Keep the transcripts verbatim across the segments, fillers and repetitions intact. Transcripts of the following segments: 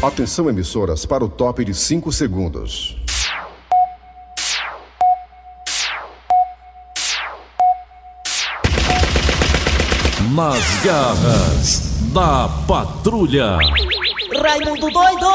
Atenção, emissoras, para o top de cinco segundos. Nas garras da patrulha. Raimundo doido!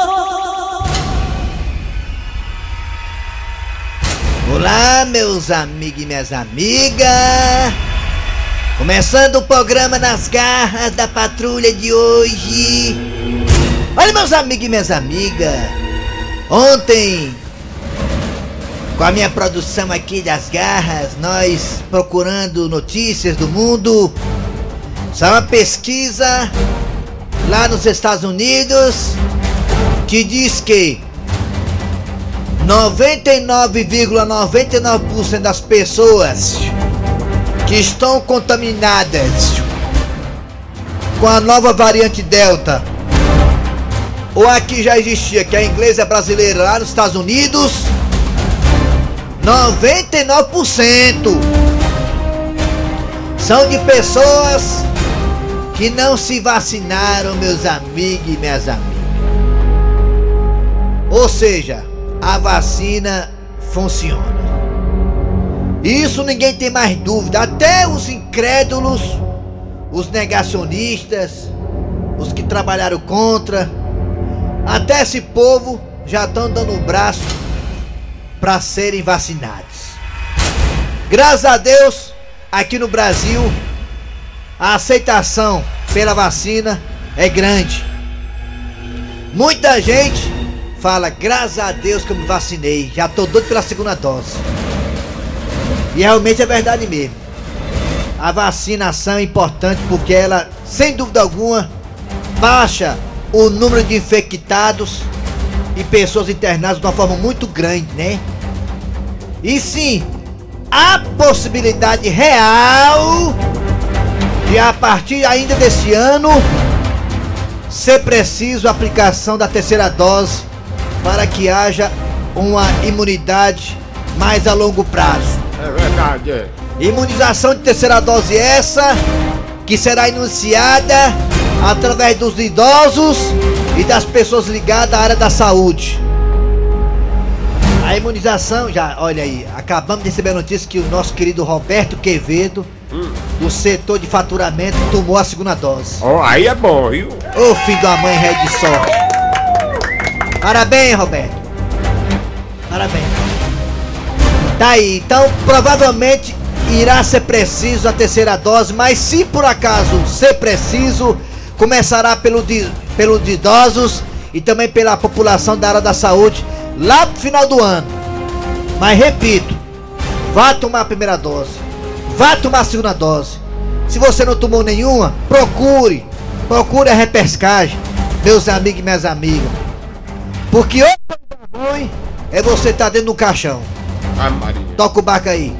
Olá, meus amigos e minhas amigas. Começando o programa Nas Garras da Patrulha de hoje. Olha, meus amigos e minhas amigas, ontem, com a minha produção aqui das Garras, nós procurando notícias do mundo, saiu uma pesquisa lá nos Estados Unidos que diz que noventa e nove vírgula noventa e nove por cento das pessoas que estão contaminadas com a nova variante Delta, ou a que já existia, que é a inglesa brasileira, lá nos Estados Unidos, noventa e nove por cento são de pessoas que não se vacinaram, meus amigos e minhas amigas. Ou seja, a vacina funciona. Isso ninguém tem mais dúvida. Até os incrédulos, os negacionistas, os que trabalharam contra, até esse povo já estão dando o braço para serem vacinados. Graças a Deus, aqui no Brasil, a aceitação pela vacina é grande. Muita gente fala, graças a Deus que eu me vacinei, já tô doido pela segunda dose. E realmente é verdade mesmo. A vacinação é importante porque ela, sem dúvida alguma, baixa o número de infectados e pessoas internadas de uma forma muito grande, né? E sim, há possibilidade real de, a partir ainda desse ano, ser preciso a aplicação da terceira dose para que haja uma imunidade mais a longo prazo. É verdade, é. Imunização de terceira dose essa que será iniciada através dos idosos e das pessoas ligadas à área da saúde. A imunização, já, olha aí, acabamos de receber a notícia que o nosso querido Roberto Quevedo, hum. do setor de faturamento, tomou a segunda dose. Oh, aí é bom, viu? Ô filho da mãe, rei de sorte. Parabéns, Roberto. Parabéns. Tá aí, então provavelmente irá ser preciso a terceira dose, mas se por acaso ser preciso, começará pelo de, pelos idosos e também pela população da área da saúde lá pro final do ano. Mas repito, vá tomar a primeira dose, vá tomar a segunda dose. Se você não tomou nenhuma, procure, procure a repescagem, meus amigos e minhas amigas. Porque outra coisa ruim é você estar tá dentro do caixão. Ai, Maria. Toca o barco aí.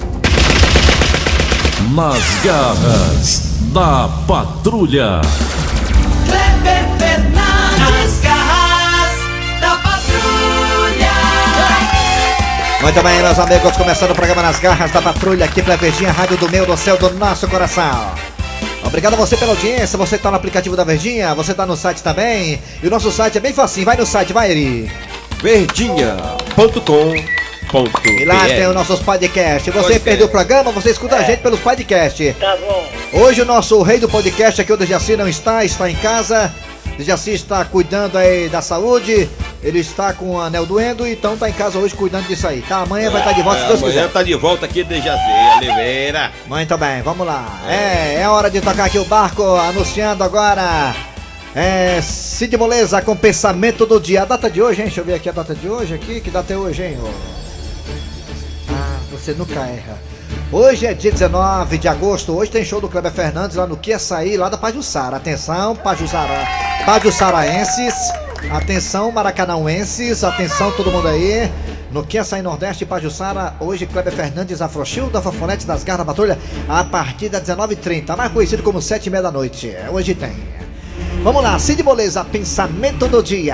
Nas garras da patrulha. Kleber Fernandes, nas garras da patrulha. Muito bem, meus amigos, começando o programa Nas Garras da Patrulha, aqui pela Verdinha, rádio do meu, do céu, do nosso coração. Obrigado a você pela audiência, você tá no aplicativo da Verdinha, você tá no site também. E o nosso site é bem facinho, vai no site, vai Eri. verdinha ponto com ponto b r. E lá tem os nossos podcasts. Você Podcast. perdeu o programa, você escuta a gente pelos podcasts. Tá bom. Hoje o nosso rei do podcast aqui, o Dejaci, não está, está em casa. Dejaci está cuidando aí da saúde. Ele está com o anel doendo, então tá em casa hoje cuidando disso aí, tá? Amanhã vai estar de volta, se Deus Amanhã quiser. tá de volta aqui, Dejaci Oliveira. Muito bem, vamos lá. É, é hora de tocar aqui o barco, anunciando agora. É, Cid Moleza com pensamento do dia. A data de hoje, hein? Deixa eu ver aqui a data de hoje aqui. Que data é hoje, hein? Ah, você nunca erra. Hoje é dia dezenove de agosto. Hoje tem show do Kleber Fernandes lá no Quiaçaí, lá da Pajuçara. Atenção, Pajuçara, Pajuçaraenses. Atenção, maracanauenses. Atenção, todo mundo aí. No Quiaçaí Nordeste, Pajuçara. Hoje, Kleber Fernandes, Afrochil da Fofonete das Garras da Patrulha. A partir das dezenove e trinta. Mais conhecido como sete e meia da noite. Hoje tem. Vamos lá, Cid Moleza, pensamento do dia.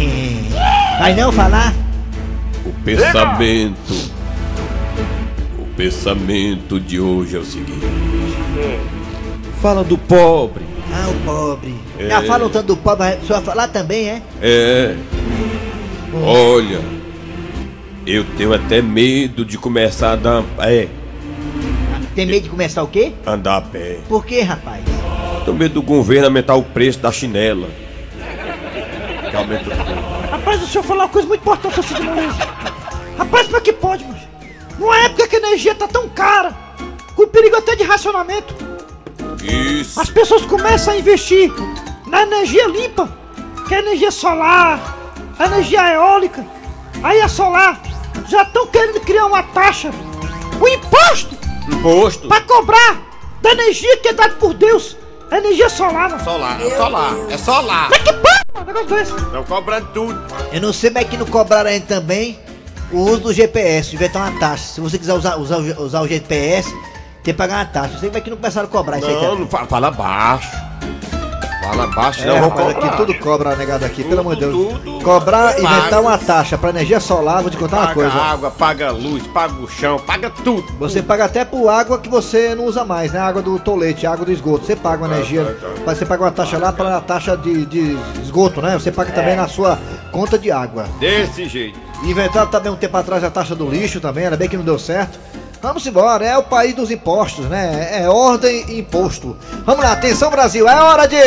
Vai não falar? O pensamento. O pensamento de hoje é o seguinte. Fala do pobre. Ah, o pobre. É. Já fala um tanto do pobre, o senhor vai falar também, é? É. Olha, eu tenho até medo de começar a andar a pé. Tem medo de começar o quê? Andar a pé. Por quê, rapaz? Tenho medo do governo aumentar o preço da chinela. Que aumenta o preço. Rapaz, o senhor falou uma coisa muito importante assim de moleza. Rapaz, como é que pode, moço? Numa época que a energia tá tão cara, com perigo até de racionamento, Isso. as pessoas começam a investir na energia limpa, que é a energia solar, a energia eólica. Aí a solar já estão querendo criar uma taxa, um imposto, Imposto. pra cobrar da energia que é dada por Deus, a energia solar, mano. Solar, é solar, é solar. Como é que pode, mano, um negócio desse? Estão cobrando tudo. Eu não sei como é que não cobraram ainda também o uso do G P S, inventar uma taxa. Se você quiser usar, usar, o- usar o G P S, tem que pagar uma taxa. Eu sei como é que não começaram a cobrar isso aí Não, também. não fala, fala baixo. Fala baixo, É, não vou rapaz, cobrar. aqui tudo cobra, negado aqui, pelo amor de Deus. tudo Cobrar, pago. inventar uma taxa pra energia solar, vou te contar uma Paga coisa. água, paga luz, paga o chão, paga tudo. Você paga até por água que você não usa mais, né? Água do tolete, água do esgoto. Você paga uma energia, tá, tá. mas você paga uma taxa lá para a taxa de, de esgoto, né? Você paga também na sua conta de água. Desse jeito. Inventaram também um tempo atrás a taxa do lixo também, ainda bem que não deu certo. Vamos embora, é o país dos impostos, né? É ordem e imposto. Vamos lá, atenção Brasil, é hora de...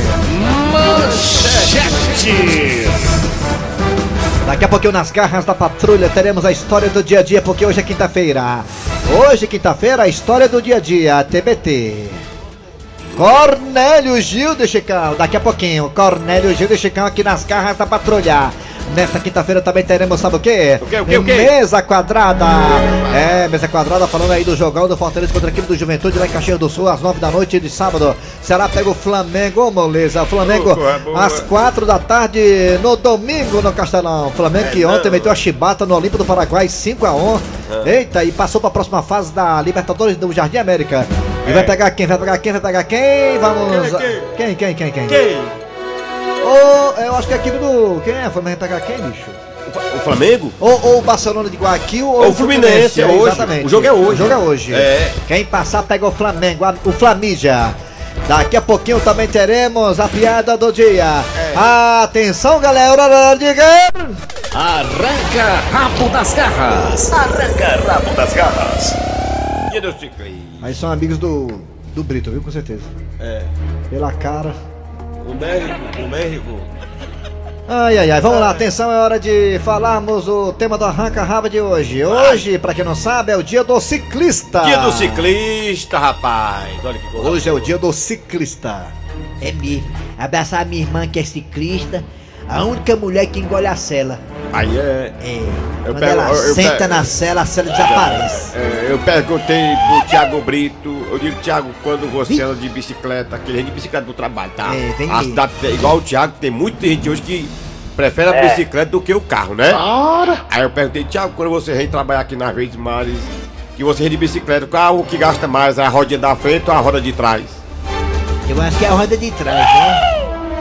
Daqui a pouquinho nas garras da patrulha teremos a história do dia a dia, porque hoje é quinta-feira. Hoje, quinta-feira, a história do dia a dia, T B T. Cornélio Gil de Chicão, daqui a pouquinho, Cornélio Gil de Chicão aqui nas garras da patrulha. Nesta quinta-feira também teremos, sabe o quê? O quê, o quê, o quê? Mesa quadrada. É, mesa quadrada falando aí do jogão do Fortaleza contra a equipe do Juventude lá em Caxias do Sul, às nove da noite de sábado. Ceará pega o Flamengo, ô moleza. O Flamengo Boa, boa. às quatro da tarde no domingo no Castelão. Flamengo que É, ontem não. meteu a chibata no Olímpico do Paraguai cinco a um. Eita, e passou para a próxima fase da Libertadores do Jardim América. E vai pegar quem? Vai pegar quem? Vai pegar quem? Vamos. Quem, quem, quem, quem? Quem? Ô, eu acho que é a equipe do. Quem é? Foi vai pegar quem, bicho? O Flamengo? Ou, ou o Barcelona de Guayaquil ou Ou o Fluminense, é hoje. O jogo é hoje. O jogo é hoje. É. Quem passar pega o Flamengo, a- o Flamídia. Daqui a pouquinho também teremos a piada do dia. Atenção, galera, hora de guerra. Arranca rabo das garras. Arranca rabo das garras. Dia do ciclista. Aí são amigos do, do Brito, viu? Com certeza. É. Pela cara. O México, o México. Ai, ai, ai, vamos lá, atenção, é hora de falarmos o tema do arranca-rabo de hoje. Hoje, pra quem não sabe, é o dia do ciclista. Dia do ciclista, rapaz. Olha que coisa. Hoje é o dia do ciclista. É mesmo. Abraçar a minha irmã que é ciclista, a única mulher que engole a cela. Aí é. É. Eu Quando pego- ela eu- eu senta pego- na cela, a cela desaparece. É, eu perguntei pro Thiago Brito, eu digo, Thiago, quando você anda de bicicleta, aquele gente de bicicleta pro trabalho, tá? É, vem a aí. cidade, tem- igual o Thiago, tem muita gente hoje que prefere a bicicleta do que o carro, né? Aí eu perguntei, Thiago, quando você vem trabalhar aqui nas Verdes Mares, que você vem de bicicleta, qual o que gasta mais, a rodinha da frente ou a roda de trás? Eu acho que é a roda de trás, né?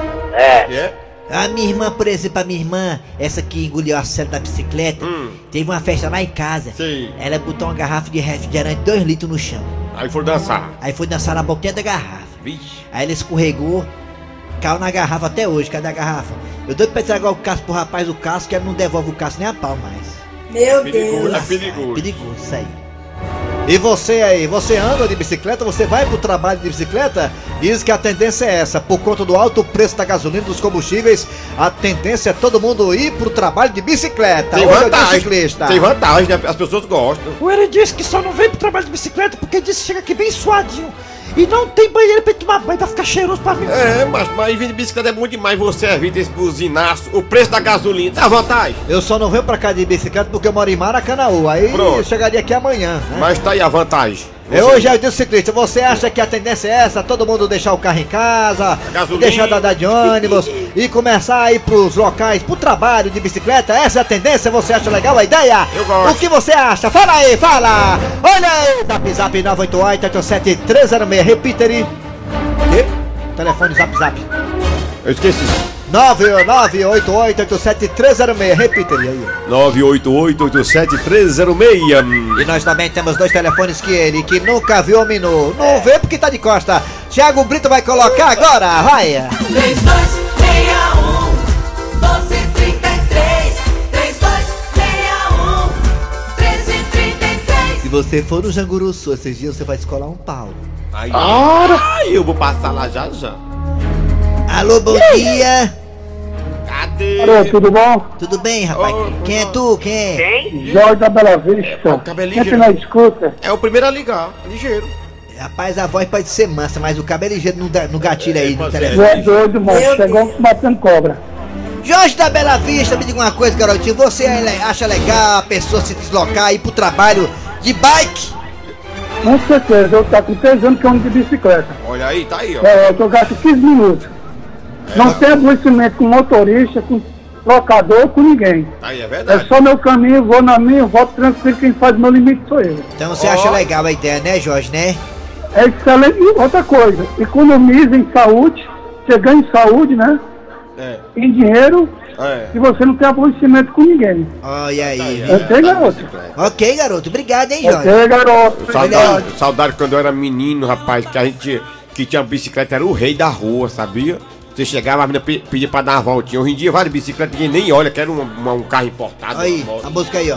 É? A minha irmã, por exemplo, a minha irmã, essa que engoliu a cela da bicicleta, Hum. teve uma festa lá em casa. Sim. Ela botou uma garrafa de refrigerante de dois litros no chão. Aí foram dançar. Aí foi dançar na boquinha da garrafa. Vixe. Aí ela escorregou, caiu na garrafa até hoje. Cadê a garrafa? Eu dou pra entregar o casco pro rapaz do casco, que ela não devolve o casco nem a pau mais. Meu Perigoso, Deus. é perigoso. Perigoso isso aí. E você aí, você anda de bicicleta, você vai pro trabalho de bicicleta? Diz que a tendência é essa, por conta do alto preço da gasolina, dos combustíveis, a tendência é todo mundo ir pro trabalho de bicicleta. Tem Hoje é o dia vantagem. ciclista. Tem vantagem, né? As pessoas gostam. O Eri disse que só não vem pro trabalho de bicicleta porque disse que chega aqui bem suadinho. E não tem banheiro pra ele tomar banho, pra ficar cheiroso pra mim. É, mas, mas vir de bicicleta é bom demais, você evita esse buzinaço, o preço da gasolina, dá vantagem. Eu só não venho pra cá de bicicleta porque eu moro em Maracanãú, aí Pronto. eu chegaria aqui amanhã, né? Mas tá aí a vantagem. É, hoje é o dia do ciclista, você acha que a tendência é essa? Todo mundo deixar o carro em casa, Gasolina. deixar de andar de ônibus e começar a ir pros locais, pro trabalho de bicicleta? Essa é a tendência? Você acha legal a ideia? Eu gosto. O que você acha? Fala aí, fala! Olha aí! Zap Zap nove oito oito, oito sete três zero seis, repita aí. Quê? Telefone Zap Zap. Eu esqueci. nove nove oito oito oito sete três zero seis, repita ele aí. nove oito oito oito sete três zero seis. E nós também temos dois telefones que ele, que nunca viu homem nu. Não vê porque tá de costa. Thiago Brito vai colocar agora, vai! três dois seis um, doze trinta e três. três dois seis um, treze trinta e três. Se você for no Janguru Sul esses dias, você vai descolar um pau. Ai, ai, eu vou passar lá já já. Alô, bom dia! Cadê? Alô, tudo bom? Tudo bem, rapaz? Ô, Quem é tu? Quem é? Jorge da Bela Vista. É, o cabelinho Sempre na escuta. É o primeiro a ligar, ligeiro. Rapaz, a voz pode ser mansa, mas o cabelo é ligeiro no, da- no gatilho aí do É, telefone. Você é doido, mano. Chegou matando cobra. Jorge da Bela Vista, me diga uma coisa, garotinho. Você é- acha legal a pessoa se deslocar, ir pro trabalho de bike? Com certeza, eu tô com três anos que eu ando de bicicleta. Olha aí, tá aí, ó. É, eu tô gasto quinze minutos. Não tem aborrecimento com motorista, com locador, com ninguém. Tá aí, é É verdade. só meu caminho, vou na minha, volto tranquilo, quem faz meu limite sou eu. Então você Ó. acha legal a ideia, né, Jorge, né? É excelente. E outra coisa, economiza em saúde, você ganha em saúde, né? É, Em dinheiro, é. e você não tem aborrecimento com ninguém. Olha aí. Ok, garoto? Ok, garoto. Obrigado, hein, Jorge. Ok, garoto. Saudade, saudade quando eu era menino, rapaz, que a gente que tinha bicicleta era o rei da rua, sabia? Você chegava, a menina pe- pedia pra dar uma voltinha. Hoje em dia, várias bicicletas, ninguém nem olha, que era um, uma- um carro importado. Aí, uma moto. a música aí, ó.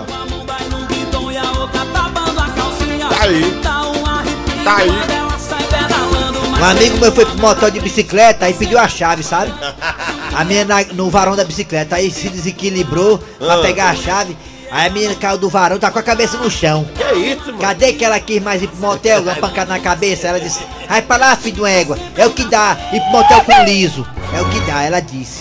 Tá aí. Tá aí. Um amigo meu foi pro motor de bicicleta e pediu a chave, sabe? A menina na- no varão da bicicleta, aí se desequilibrou pra Ah. pegar a chave. Aí a menina caiu do varão, tá com a cabeça no chão. Que isso, mano? Cadê que ela quis mais ir pro motel, uma pancada na cabeça? Ela disse, vai pra lá, filho do égua, é o que dá, ir pro motel com liso. É o que dá, ela disse.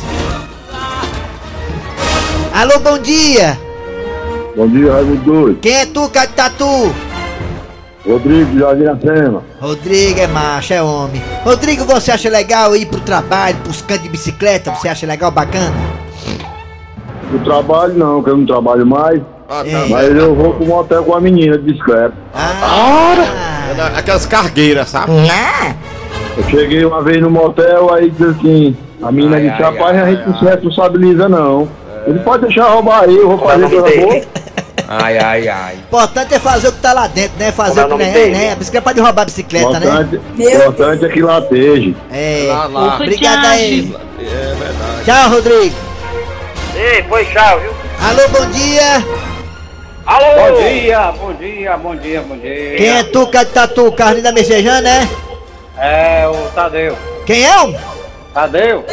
Alô, bom dia! Bom dia, Raimundo dois. Quem é tu, cara de tatu? Rodrigo, Jardim Iracema. Rodrigo é macho, é homem. Rodrigo, você acha legal ir pro trabalho, pros cantos de bicicleta? Você acha legal, bacana? O trabalho não, que eu não trabalho mais. Ah, tá. É. Mas eu vou pro motel com a menina de bicicleta. Ah! É da- Aquelas cargueiras, sabe? Eu cheguei uma vez no motel, aí disse assim, a menina Ai, disse, ai, rapaz, ai, a gente ai, não se responsabiliza não. Ele pode deixar roubar aí, eu vou fazer pela boca. Ai, ai, ai. Importante é fazer o que tá lá dentro, né? Fazer o que não é, né? A bicicleta pode roubar a bicicleta, né? Importante, importante é que lateje. É. Lá, lá. Obrigado aí. É verdade. Tchau, Rodrigo. Ei, foi tchau, viu? Alô, bom dia. Alô! Bom dia, bom dia, bom dia, bom dia. Quem é tu, cara de tatu? Carlinhos da Messejana, né? É o Tadeu. Quem é, homem? Tadeu?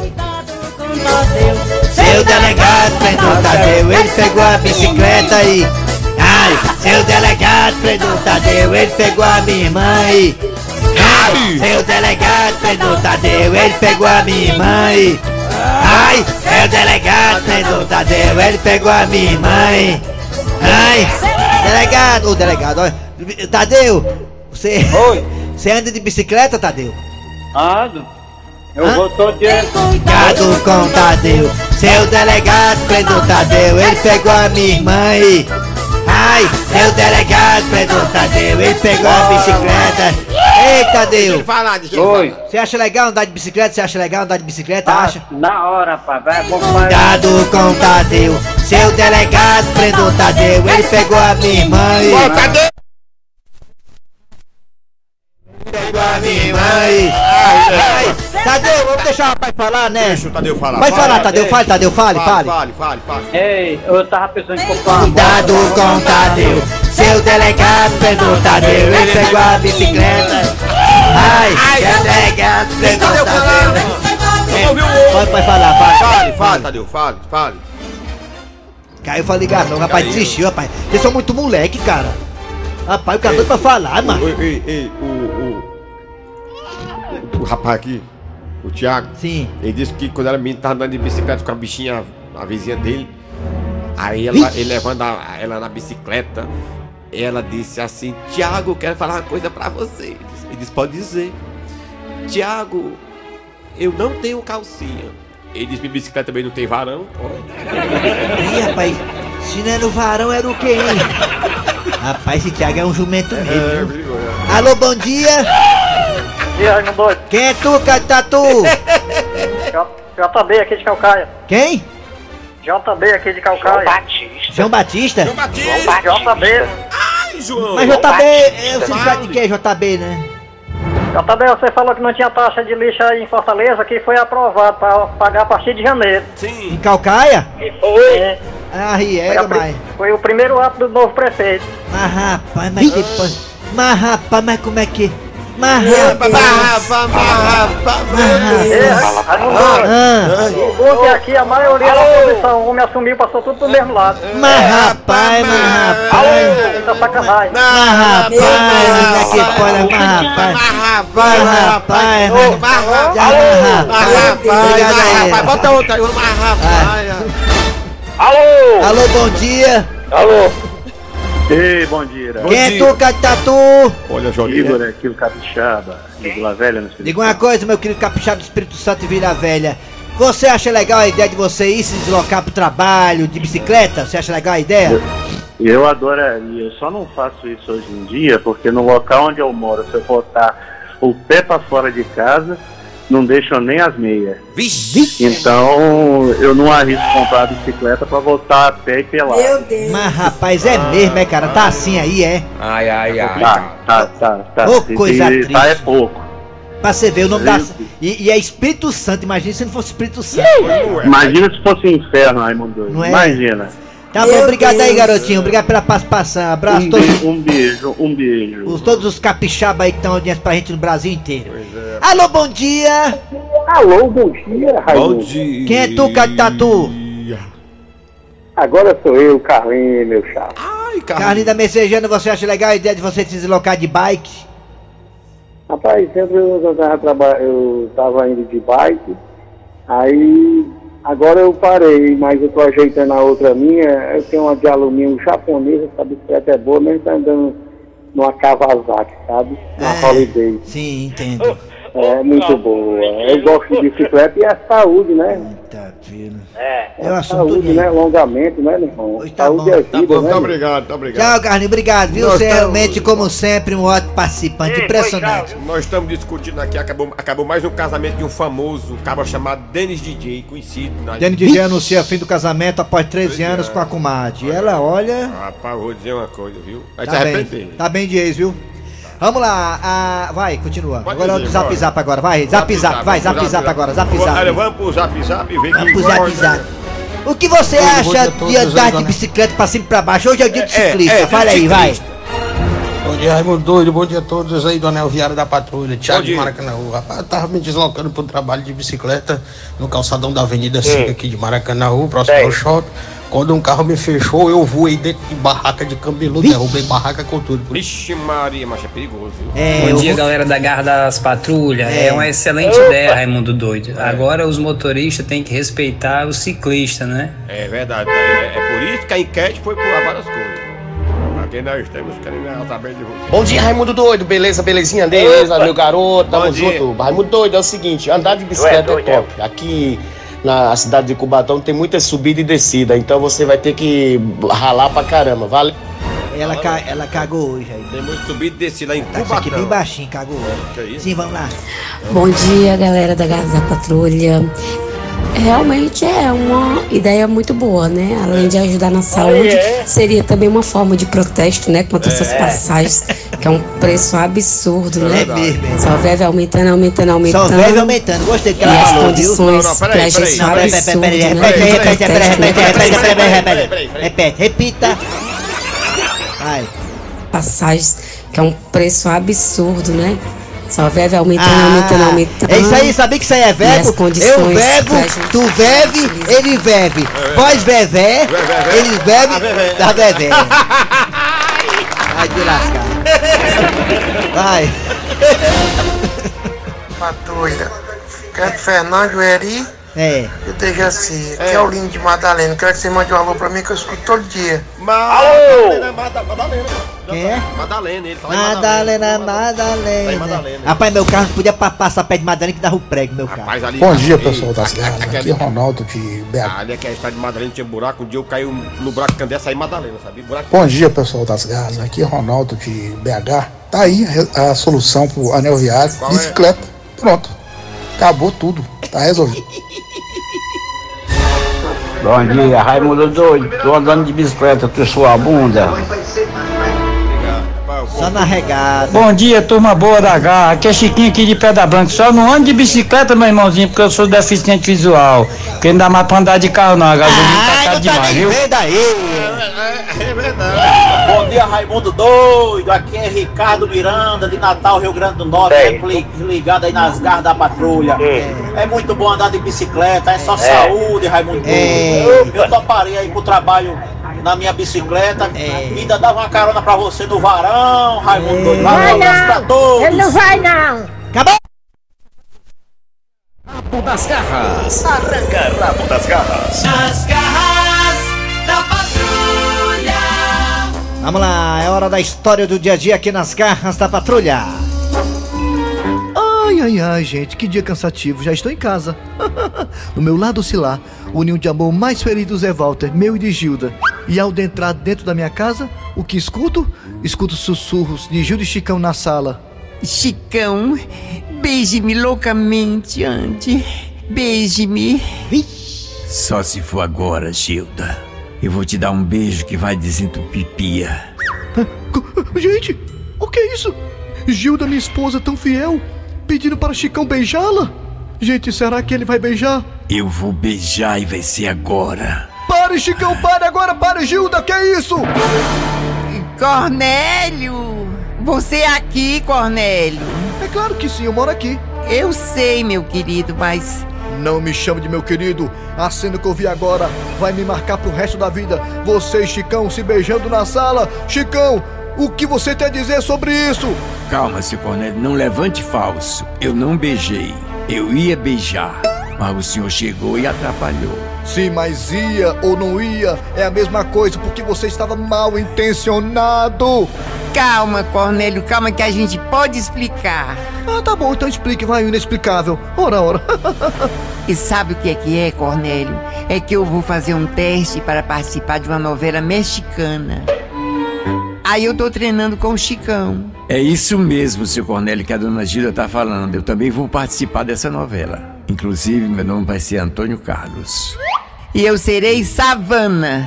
Seu delegado prendeu o Tadeu, ele pegou a bicicleta aí. Ai, seu delegado prendeu o Tadeu, ele pegou a minha irmã aí. Ai, seu delegado prendeu o Tadeu, ele pegou a minha irmã aí. Ai, seu delegado prendeu o Tadeu, ele pegou a minha irmã aí. Ai, delegado, ô delegado, olha. Tadeu, você. Oi. Você anda de bicicleta, Tadeu? Ando. Eu Hã? vou todo dia. Cuidado com Tadeu, seu delegado prendeu Tadeu, ele pegou a minha irmã aí. Ai, seu delegado prendeu Tadeu, ele pegou a bicicleta. Ei, Tadeu, Ele falar, deixa ele Oi. falar. você acha legal andar de bicicleta? Você acha legal andar de bicicleta? Ah, Acha? na hora, pai. Vai, vamos fazer. Cuidado com Tadeu, seu delegado prendeu Tadeu, ele pegou a minha irmã aí. Ó, cadê? Pegou a minha irmã aí. Ai, Tadeu, vamos deixar o rapaz falar, né? Deixa o Tadeu falar. Vai falar, Fala, Tadeu, fale, Tadeu, fale, Fale, fale. fale, fale, fale. Ei, eu tava pensando em comprar uma Cuidado moto. com Tadeu, seu delegado prendeu Tadeu, ele pegou a bicicleta. Ai, seu delegado prendeu Tadeu falar, Tadeu. mano. Vamos ouvir o É, outro. Pode, pode falar, fale. Fale, fale, Tadeu, fale, fale. Caiu a ligação, o rapaz Caiu. desistiu, rapaz. Vocês são muito moleque, cara. Rapaz, o cara doido pra falar, mano. Ei, ei, ei, o, o, o rapaz aqui, o Thiago, Sim. ele disse que quando era menino tava andando de bicicleta com a bichinha, a vizinha dele. Aí ela, ele levando a- ela na bicicleta, ela disse assim, Thiago, eu quero falar uma coisa pra você. Ele disse, ele disse, pode dizer. Thiago, eu não tenho calcinha. Ele disse, minha bicicleta também não tem varão. Ih, rapaz, se não é no varão, era o quê, hein? Rapaz, esse Thiago é um jumento mesmo, viu? Alô, bom dia. E aí, não doido? Quem é tu, cara de tatu? J B aqui de Calcaia. Quem? J B aqui de Calcaia. João Batista? João Batista. J B. Ai, João. Mas J B, é o sindicato de quem é J B, né? J B, você falou que não tinha taxa de lixo aí em Fortaleza, que foi aprovado para pagar a partir de janeiro. Sim. Em Calcaia? Foi. É. Ah, Foi, riega, a pri- mas... foi o primeiro ato do novo prefeito. Mas rapaz, mas que... pa- Mas rapaz, mas como é que... Mas rapaz... É, Raimundo, Ah, o bom que aqui a maioria da posição, o homem assumiu, passou tudo pro mesmo lado. mas rapaz, mas rapaz... Muita sacanagem. Mas rapaz, como é que pode... Mas rapaz... Mas rapaz... Mas rapaz... Obrigado aí. Bota outra aí, mas rapaz. Alô! Alô, bom dia. Alô! Ei, bom dia. Quem é tu, Catatu? Olha, Johnny. Igor aqui, o Capixaba, de Vila Velha, no Espírito Diga uma coisa, meu querido Capixaba do Espírito Santo e Vila Velha. Você acha legal a ideia de você ir se deslocar pro trabalho de bicicleta? Você acha legal a ideia? E eu adoraria, eu só não faço isso hoje em dia, porque no local onde eu moro, se eu botar o pé pra fora de casa, não deixam nem as meias. Vixe. Então eu não arrisco comprar a bicicleta pra voltar a pé e pelado. Deus. Mas rapaz, é mesmo, é cara? Tá assim aí, é? Ai, ai, ai. Tá, tá, tá, tá. Ô, coisa E triste. tá é pouco. Pra você ver, o nome da... Isso. E, e é Espírito Santo, imagina se não fosse Espírito Santo. Imagina se fosse inferno, Raimundo doido. Não é? Imagina. Tá bom, obrigado aí, garotinho. Obrigado pela participação. Abraço Um, a todos, be- um beijo, um beijo. os, todos os capixaba aí que estão audiência pra gente no Brasil inteiro. Alô, bom dia. Alô, bom dia, Bom Raimundo. dia. Quem é tu, Catatu? Agora sou eu, Carlinhos, meu chapa. Ai, Carlinhos da Messejana, você acha legal a ideia de você se deslocar de bike? Rapaz, sempre eu, eu, tava, traba- eu tava indo de bike, aí agora eu parei, mas eu tô ajeitando a outra minha, eu tenho uma de alumínio japonesa, essa bicicleta é boa, mas tá andando numa Kawasaki, sabe? Uma É. Holiday. Sim, entendo. É muito boa. Eu gosto de bicicleta e a saúde, né? Tá vendo? É. É Eu a assunto saúde, lindo. né? Alongamento, né, meu irmão? Hoje tá saúde bom. é vida, Tá bom, né? muito obrigado, muito obrigado. Tchau, Carlinhos, obrigado, viu? Nós Você é estamos- realmente, como sempre, um ótimo participante, Ei, impressionante. Nós estamos discutindo aqui, acabou, acabou mais um casamento de um famoso cabra chamado Dennis D J, conhecido na... Dani D J anuncia fim do casamento após treze anos com a comadre. Ela, olha... Rapaz, vou dizer uma coisa, viu? Vai se Tá bem, arrepender. tá bem de ex, viu? Vamos lá, a... vai, continua. Pode Agora é o do dizer, zap bora. zap agora, vai, zap zap, vai, zap zap agora, zap Olha, zap. vamos pro zap zap e ver Vamos quem pro zap importa. zap. O que você Bom acha dia a de todos, andar aí, de dona- bicicleta pra cima e pra baixo? Hoje é o dia do É, ciclista, é, fala dia aí, do vai. ciclista. Bom dia, Raimundo Doido. Bom dia a todos aí do Anel Viário da Patrulha, Thiago Bom de dia. Maracanãú. Rapaz, eu tava me deslocando pro trabalho de bicicleta no calçadão da Avenida cinco aqui de Maracanãú, próximo ao shopping. Quando um carro me fechou, eu voei dentro de barraca de cabeludo, derrubei barraca com tudo. Por isso. Vixe Maria, mas é perigoso, viu? É, Bom eu dia, vou- galera da Garra das Patrulhas. É. É, uma excelente ideia, Raimundo Doido. Agora os motoristas têm que respeitar o ciclista, né? É verdade, é, é por isso que a enquete foi por várias coisas. Aqui nós temos querendo saber de você. Bom dia, Raimundo Doido. Beleza, belezinha? Beleza, meu garoto. Tamo Bom dia. junto. Raimundo Doido, é o seguinte, andar de bicicleta é top. Aqui na cidade de Cubatão tem muita subida e descida, então você vai ter que ralar pra caramba. Valeu. Ela, ca... ela cagou hoje aí. Tem muito subido e descido lá em Tá isso aqui bem Cubatão. baixinho, cagou hoje. Que é isso? Sim, vamos lá. Bom dia, galera da Garra da Patrulha. Realmente é uma ideia muito boa, né? Além de ajudar na saúde, seria também uma forma de protesto, né? Contra essas passagens, que é um preço absurdo, É né? mesmo, é. Só vive aumentando, aumentando, aumentando. Só vive aumentando, gostei do que E ela as falou, viu? condições Não, não, peraí, pra gente peraí. são Não, peraí, peraí, absurdas, peraí, né? repete, De repete, protesto, repete, né? repete, repete, repete, repete, repita. Vai. Passagens, que é um preço absurdo, né? Só vive aumentando, Ah, aumentando, aumentando. é isso aí, sabia que isso aí é E as verbo? condições Eu bebo, pra gente tu bebe, ele bebe. Pós vevé, ele bebe, da vevé. Vai te lascar. Vai. Patrulha. Quero Fernando Eri É. e o Dejaci. Aqui é o Lindo de Madalena. Quero que você mande um alô pra mim que eu escuto todo dia. Madalena, Mada- Madalena. Quem é? Madalena, ele tá lá em Madalena, Tá em Madalena. Madalena. Rapaz, meu carro não podia pa- passar perto de Madalena que dava o prego, meu carro. Rapaz, ali, Bom dia, ali, pessoal das aqui- garras. aqui- Aqui é Ronaldo de B H. Ali é que a estrada de Madalena tinha buraco, um dia eu caí no buraco Candé, saí em Madalena, sabe? Buraco... Bom dia, pessoal das garras. Aqui é Ronaldo de B H. Tá aí a, a solução pro anel viário. Qual é? Bicicleta. Pronto. Acabou tudo. Tá resolvido. Bom dia, Raimundo doido. Tô andando de bicicleta, tu sua bunda. Só na regada. Bom dia, turma boa da Garra. Aqui é Chiquinho aqui de Pedra Branca. Só não ando de bicicleta, meu irmãozinho, porque eu sou deficiente visual. Porque não dá mais pra andar de carro, não. A gasolina tá cara demais, viu? É verdade. Bom dia, Raimundo doido. Aqui é Ricardo Miranda, de Natal, Rio Grande do Norte. É, ligado aí nas garras da patrulha. É. é muito bom andar de bicicleta, é só é. saúde, Raimundo doido. É. Eu toparei aí pro trabalho na minha bicicleta. É. E ainda dava uma carona pra você no varão, Raimundo é. doido. Vai não, pra todos. Ele não vai não. Acabou. Rabo das garras. Arranca rabo das garras. Nas garras da patrulha. Vamos lá, é hora da história do dia a dia aqui nas garras da patrulha. Ai, ai, ai, gente, que dia cansativo, já estou em casa. No meu lado oscilar, o ninho de amor mais feliz do Zé Walter, meu e de Gilda. E ao entrar dentro da minha casa, o que escuto? Escuto sussurros de Gilda e Chicão na sala. Chicão, beije-me loucamente, ande. Beije-me. Só se for agora, Gilda. Eu vou te dar um beijo que vai desentupir pia. Gente, o que é isso? Gilda, minha esposa tão fiel, pedindo para Chicão beijá-la? Gente, será que ele vai beijar? Eu vou beijar e vai ser agora. Pare, Chicão, pare agora, pare, Gilda, que é isso? Cornélio! Você é aqui, Cornélio? É claro que sim, eu moro aqui. Eu sei, meu querido, mas... Não me chame de meu querido. A cena que eu vi agora vai me marcar pro resto da vida. Você e Chicão se beijando na sala. Chicão, o que você tem a dizer sobre isso? Calma, seu Cornélio, não levante falso. Eu não beijei. Eu ia beijar, mas o senhor chegou e atrapalhou. Sim, mas ia ou não ia é a mesma coisa, porque você estava mal intencionado. Calma, Cornélio, calma que a gente pode explicar. Ah, tá bom, então explique, vai, o inexplicável. Ora, ora. E sabe o que é que é, Cornélio? É que eu vou fazer um teste para participar de uma novela mexicana. Aí eu tô treinando com o Chicão. É isso mesmo, seu Cornélio, que a dona Gilda tá falando. Eu também vou participar dessa novela. Inclusive, meu nome vai ser Antônio Carlos. E eu serei Savana.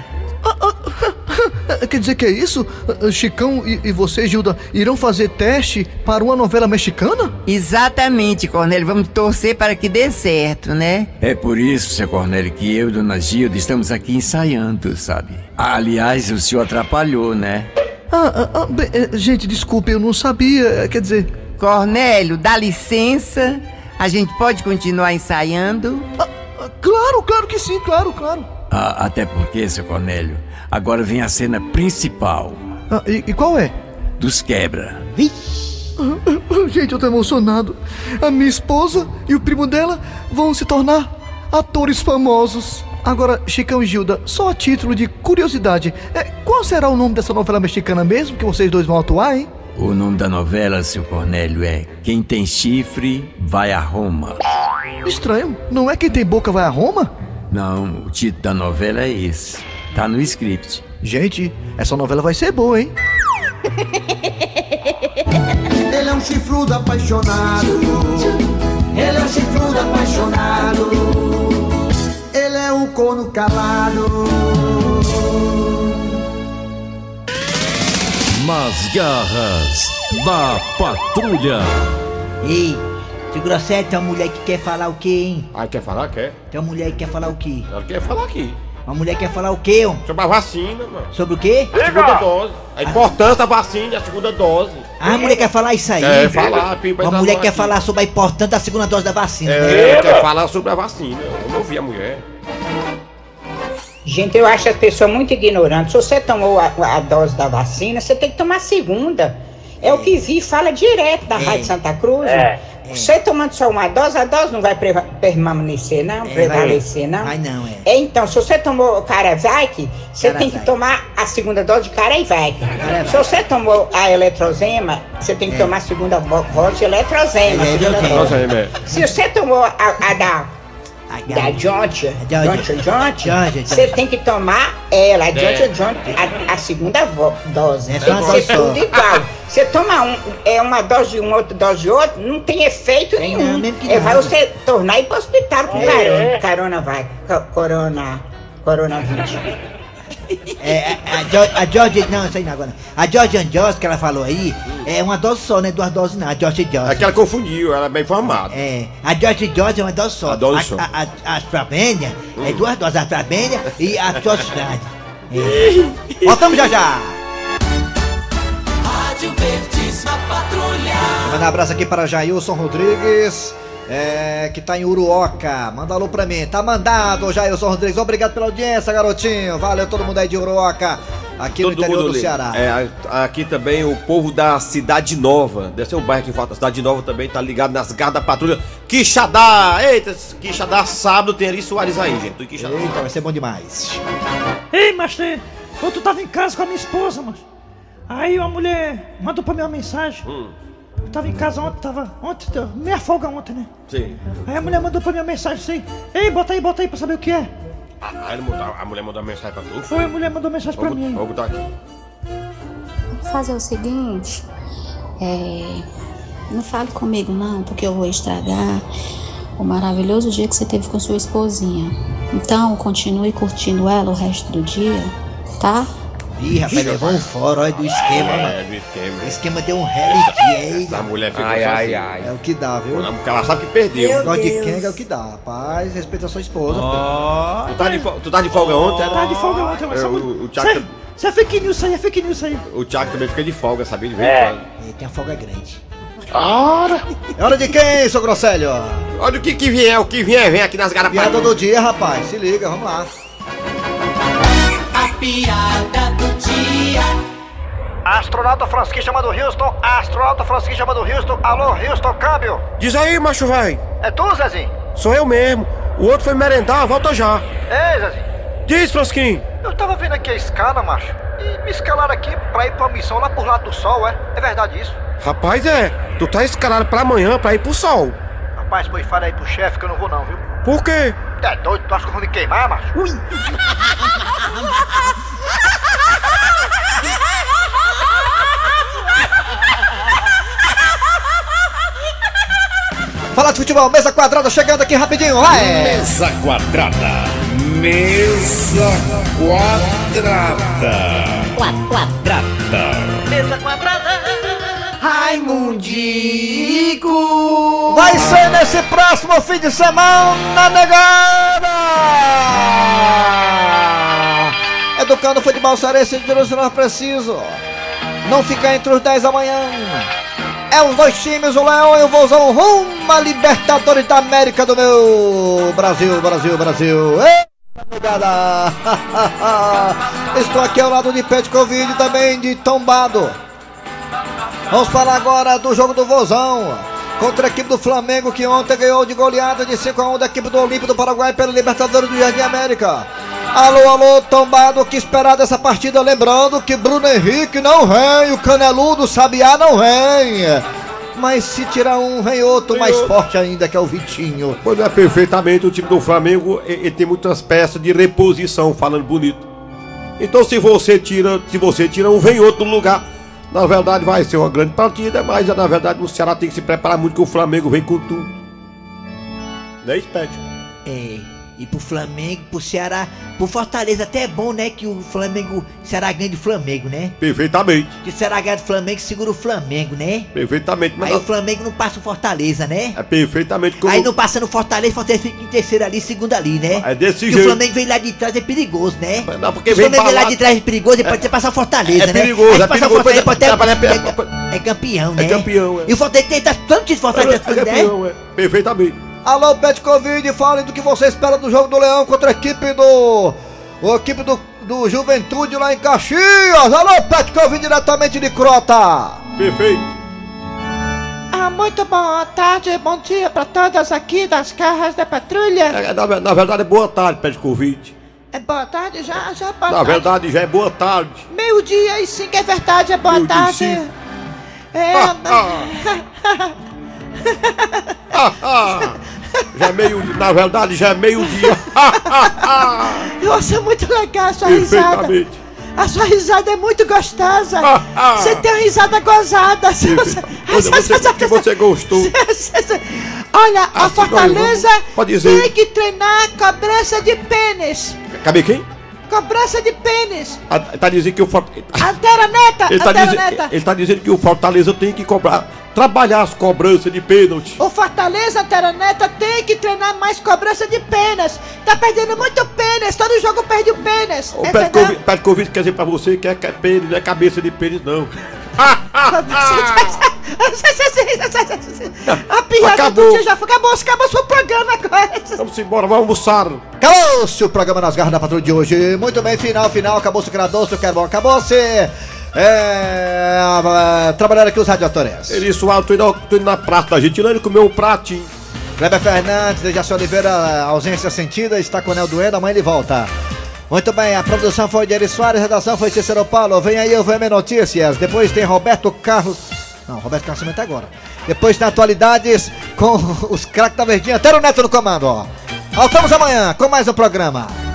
Quer dizer que é isso? Chicão e, e você, Gilda, irão fazer teste para uma novela mexicana? Exatamente, Cornélio. Vamos torcer para que dê certo, né? É por isso, seu Cornélio, que eu e dona Gilda estamos aqui ensaiando, sabe? Aliás, o senhor atrapalhou, né? Ah, ah, ah bem, gente, desculpe, eu não sabia, quer dizer... Cornélio, dá licença, a gente pode continuar ensaiando? Ah, claro, claro que sim, claro, claro. Ah, até porque, seu Cornélio, agora vem a cena principal. Ah, e, e qual é? Dos quebra. Ah, gente, eu tô emocionado. A minha esposa e o primo dela vão se tornar atores famosos. Agora, Chicão e Gilda, só a título de curiosidade, é, qual será o nome dessa novela mexicana mesmo que vocês dois vão atuar, hein? O nome da novela, seu Cornélio, é Quem Tem Chifre Vai a Roma. Estranho, não é Quem Tem Boca Vai a Roma? Não, o título da novela é esse. Tá no script. Gente, essa novela vai ser boa, hein? Ele é um chifrudo apaixonado. Ele é um chifrudo apaixonado. Ele é um corno calado. Nas garras da patrulha. Ei, seu Grosselio, tem uma mulher que quer falar o quê, hein? Ah, quer falar? Quer? Tem uma mulher que quer falar o quê? Ela quer falar aqui. Uma mulher quer falar o quê, ó? Sobre a vacina, mano. Sobre o quê? A segunda dose. A importância da vacina e a segunda dose. Ah, a mulher quer falar isso aí? Quer falar, pipa. Uma mulher quer falar sobre a importância da segunda dose da vacina, é, né? É, quer falar sobre a vacina. Eu não ouvi a mulher. Gente, eu acho as pessoas muito ignorantes. Se você tomou a, a dose da vacina, você tem que tomar a segunda. É o que vi, fala direto da é. Rádio Santa Cruz. É. Você tomando só uma dose, a dose não vai preva- permanecer, não, é, prevalecer, não. Vai não, é. é. Então, se você tomou Caravac, você Caravac. tem que tomar a segunda dose de Caravac. Caravac. Se você tomou a eletrozema, você tem que é. tomar a segunda dose de eletrozema. É, é, é. Se você tomou a, a da... Da Jontia, Jontia, Jontia, você tem que tomar ela, a Jontia, Jontia, a, a segunda vo- dose. É tem que ser só. Tudo igual. Você toma um, é uma dose de um, outra dose de outro, não tem efeito tem nenhum. Não, é, vai você tornar ir para o hospital com é. carona, carona vai, co- corona, coronavírus. É, a, a, Jo- a George, não, isso aí não agora. A George and Jones que ela falou aí é uma dose só, né? Duas doses não, a George Jones. É que ela confundiu, ela é bem informada. É, a George Jones é uma dose só. A dose só. A, a, a AstraZeneca é duas doses, a AstraZeneca e a Sociedade. É. Voltamos já já. Rádio Verdes na Patrulha. Vou mandar um abraço aqui para Jailson Rodrigues, é, que tá em Uruoca. Manda alô pra mim. Tá mandado, Jailson Rodrigues. Obrigado pela audiência, garotinho. Valeu todo mundo aí de Uruoca, aqui no interior do ali. Ceará. É, a- aqui também o povo da Cidade Nova, deve ser um bairro que falta, Cidade Nova também tá ligado nas garras da patrulha. Quixadá, eita, Quixadá, sábado tem ali Soares aí, gente. Do Quixadá. Eita, vai ser bom demais. Ei, Master, quando tu tava em casa com a minha esposa, mas aí uma mulher mandou pra mim uma mensagem. Hum. Eu tava em casa ontem, tava. Ontem, tava- meia folga ontem, né? Sim. Aí a mulher mandou pra mim uma mensagem assim: Ei, bota aí, bota aí pra saber o que é. Ah, ah, ele mandou- a mulher mandou uma mensagem pra tu? Foi, a mulher mandou mensagem pra Vou, mim aí. vou botar aqui. Vou fazer o seguinte, é, não fale comigo não, porque eu vou estragar o maravilhoso dia que você teve com sua esposinha. Então, continue curtindo ela o resto do dia, tá? Ih, rapaz, levou um fora, olha, do esquema, É, mano. do esquema. O esquema deu um relique aí. Essa mulher ficou Ai, só ai, assim. ai. É o que dá, viu? Porque ela sabe que perdeu. Gosto de quem é o que dá, rapaz. Respeita a sua esposa. Tu tá de, fo- tu tá de folga ontem, era? Tá de folga ontem, mas É, essa o, mulher- o, Thiago, Isso aí- isso é fake news, isso aí é fake news, isso aí. o Thiago também fica de folga, sabia? De vez É. em quando. Ei, tem a folga grande. Ora! É hora de quem, seu Grosselho? Olha o que que vier, o que vier, vem aqui nas garras da Piada patrulha. do dia, rapaz. Se liga, vamos lá. A piada do dia. Astronauta Fransky chamado Houston, astronauta Fransky chamado Houston. Alô, Houston, câmbio. Diz aí, macho véi. É tu, Zezinho? Sou eu mesmo. O outro foi merendar, volta já. Ei, Zezinho. Diz, Frosquinho. Eu tava vendo aqui a escala, macho. E me escalaram aqui pra ir pra missão lá por lado do sol, é? É verdade isso? Rapaz, é. Tu tá escalado pra amanhã pra ir pro sol. Rapaz, pois fala aí pro chefe que eu não vou não, viu? Por quê? É doido, tu acha que eu vou me queimar, macho? Ui! Fala de futebol, mesa quadrada chegando aqui rapidinho, vai! Mesa quadrada. Mesa quadrada. Quadrada. Mesa quadrada. Raimundico! Vai ser nesse próximo fim de semana, negada! Educando o futebol cearense de Jerusalém preciso. Não ficar entre os dez amanhã. É os dois times, o Leão e o Vozão, rumo a Libertadores da América do meu Brasil, Brasil, Brasil. Eita, negada! Estou aqui ao lado de Petkovic, também de Tombado. Vamos falar agora do jogo do Vozão contra a equipe do Flamengo, que ontem ganhou de goleada de cinco a um da equipe do Olímpio do Paraguai pela Libertadores do Jardim América. Alô, alô, Tombado, o que esperar dessa partida? Lembrando que Bruno Henrique não vem, o Caneludo Sabiá não vem. Mas se tirar um, vem outro mais forte ainda, que é o Vitinho. Pois é, perfeitamente, o time do Flamengo, ele, ele tem muitas peças de reposição, falando bonito. Então se você tira, se você tira um, vem outro no lugar. Na verdade vai ser uma grande partida, mas na verdade o Ceará tem que se preparar muito, que o Flamengo vem com tudo. Não é isso, Pet? É, e pro Flamengo, pro Ceará, pro Fortaleza até é bom, né, que o Flamengo, Ceará ganha de Flamengo, né? Perfeitamente, Que o Ceará ganha do Flamengo segura o Flamengo, né? perfeitamente. Mas Aí não- o Flamengo não passa o Fortaleza, né? é perfeitamente como... Aí não passando o Fortaleza, o Fortaleza fica em terceiro ali, segundo ali, né? É desse E o jeito. Flamengo vem lá de trás, é perigoso, né? Não, porque Se o vem Flamengo vem lá balado. de trás é perigoso, ele pode até passar o Fortaleza, É né? perigoso, Aí se é passar o perigoso, Fortaleza, pode até... é- é, é campeão, né? É campeão, é. E o Fortaleza tem tanto de Fortaleza, É né? campeão, é. Perfeitamente. Alô, Petkovic, fale do que você espera do jogo do Leão contra a equipe do... A equipe do, do Juventude lá em Caxias. Alô, Petkovic, diretamente de Crota. Perfeito. Ah, muito boa tarde, bom dia pra todas aqui das carras da patrulha. É, na, na verdade é boa tarde, Pet Covid. É boa tarde já, já boa Na tarde. verdade já é boa tarde. Meio dia e sim que é verdade, é boa Meio dia e tarde. cinco. É, Ah, ah. Já é meio, na verdade já é meio dia. Nossa, é muito legal a sua risada. Perfeitamente. A sua risada é muito gostosa. ah. Você tem uma risada gozada. Você, você gostou. Olha, a Assim, Fortaleza nós vamos- pode dizer. tem que treinar cobrança de pênis. Cabe quem? Cobrança de pênis. Ah, tá dizendo que o Fortaleza. Antera neta, Ele tá, antera dizen- neta. ele tá dizendo que o Fortaleza tem que cobrar, trabalhar as cobranças de pênalti. O Fortaleza, antera neta, tem que treinar mais cobrança de pênis. Tá perdendo muito pênis, todo jogo perde o pênis. O pé de Covid- pé de Covid quer dizer pra você que é, que é pênis, não é cabeça de pênis, não. A piada Acabou. do dia já foi. Acabou, acabou o programa agora. Vamos embora, vamos almoçar. Acabou-se o programa nas garras da patrulha de hoje. Muito bem, final, final. Acabou-se o que era doce, o que era bom. Acabou-se. É, trabalhando aqui os radiadores. Ele suave, tô indo, tô indo na prata da gente, ele comeu um pratinho. Kleber Fernandes, Dejaci Oliveira, ausência sentida, está com o Nel doendo, amanhã ele volta. Muito bem, a produção foi de Eri Soares, a redação foi Cícero Paulo. Vem aí o V M Notícias, depois tem Roberto Carlos. Não, Roberto Carlos Cimento agora. Depois tem atualidades com os craques da Verdinha. Até o Neto no comando, ó. Voltamos amanhã com mais um programa.